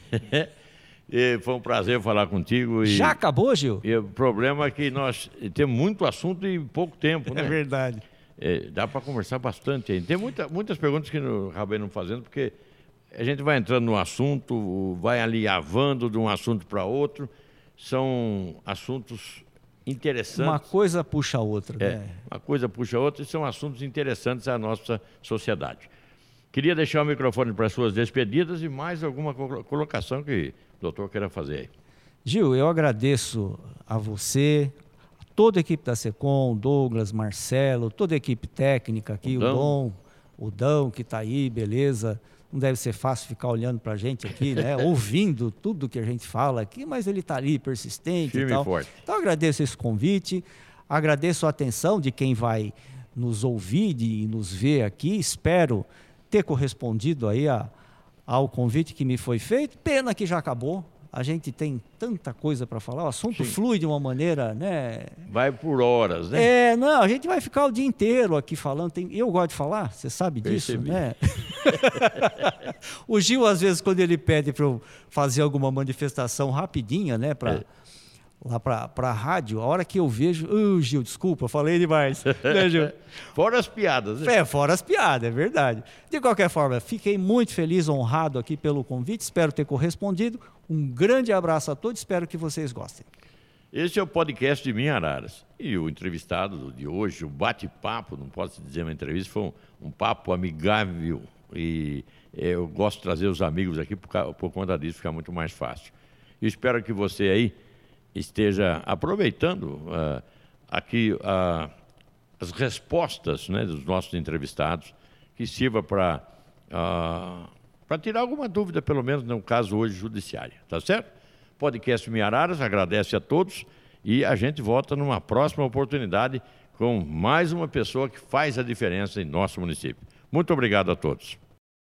E foi um prazer falar contigo. E, Já acabou, Gil? e o problema é que nós temos muito assunto em pouco tempo, né? verdade. É, dá para conversar bastante ainda. Tem muita, muitas perguntas que eu acabei não fazendo, porque a gente vai entrando no assunto, vai alinhavando de um assunto para outro. São assuntos interessantes. Uma coisa puxa a outra. É, Né? uma coisa puxa a outra e são assuntos interessantes à nossa sociedade. Queria deixar o microfone para as suas despedidas e mais alguma colocação que o doutor queira fazer aí. Gil, eu agradeço a você, a toda a equipe da SECOM, Douglas, Marcelo, toda a equipe técnica aqui, o, o Dom, o Dão que está aí, beleza. Não deve ser fácil ficar olhando para a gente aqui, né? Ouvindo tudo que a gente fala aqui, mas ele está ali, persistente Firme e tal. E forte. Então, agradeço esse convite, agradeço a atenção de quem vai nos ouvir e nos ver aqui. Espero ter correspondido aí a, ao convite que me foi feito. Pena que já acabou. A gente tem tanta coisa para falar, o assunto Sim. flui de uma maneira, né? Vai por horas, né? É, não, a gente vai ficar o dia inteiro aqui falando. Tem, eu gosto de falar, você sabe disso, Percebi. né? O Gil, às vezes, quando ele pede para eu fazer alguma manifestação rapidinha, né, para... É. lá para a rádio, a hora que eu vejo... Uh, Gil, desculpa, falei demais. Né, Gil? Fora as piadas, né? É, fora as piadas, é verdade. De qualquer forma, fiquei muito feliz, honrado aqui pelo convite, espero ter correspondido. Um grande abraço a todos, espero que vocês gostem. Esse é o podcast de Minha Araras. E o entrevistado de hoje, o bate-papo, não posso dizer uma entrevista, foi um, um papo amigável. E eu gosto de trazer os amigos aqui por, por conta disso, fica muito mais fácil. Eu espero que você aí esteja aproveitando uh, aqui uh, as respostas, né, dos nossos entrevistados, que sirva para uh, para tirar alguma dúvida, pelo menos no caso hoje judiciário, tá certo? Podcast Minha Araras agradece a todos e a gente volta numa próxima oportunidade com mais uma pessoa que faz a diferença em nosso município. Muito obrigado a todos.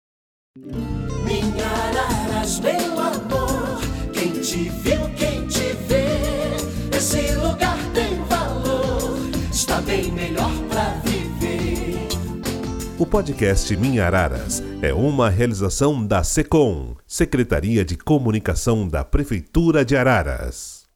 Minha Araras, meu amor, quem te viu, quem te vê, esse lugar tem valor, está bem melhor pra viver. O podcast Minha Araras é uma realização da SECOM, Secretaria de Comunicação da Prefeitura de Araras.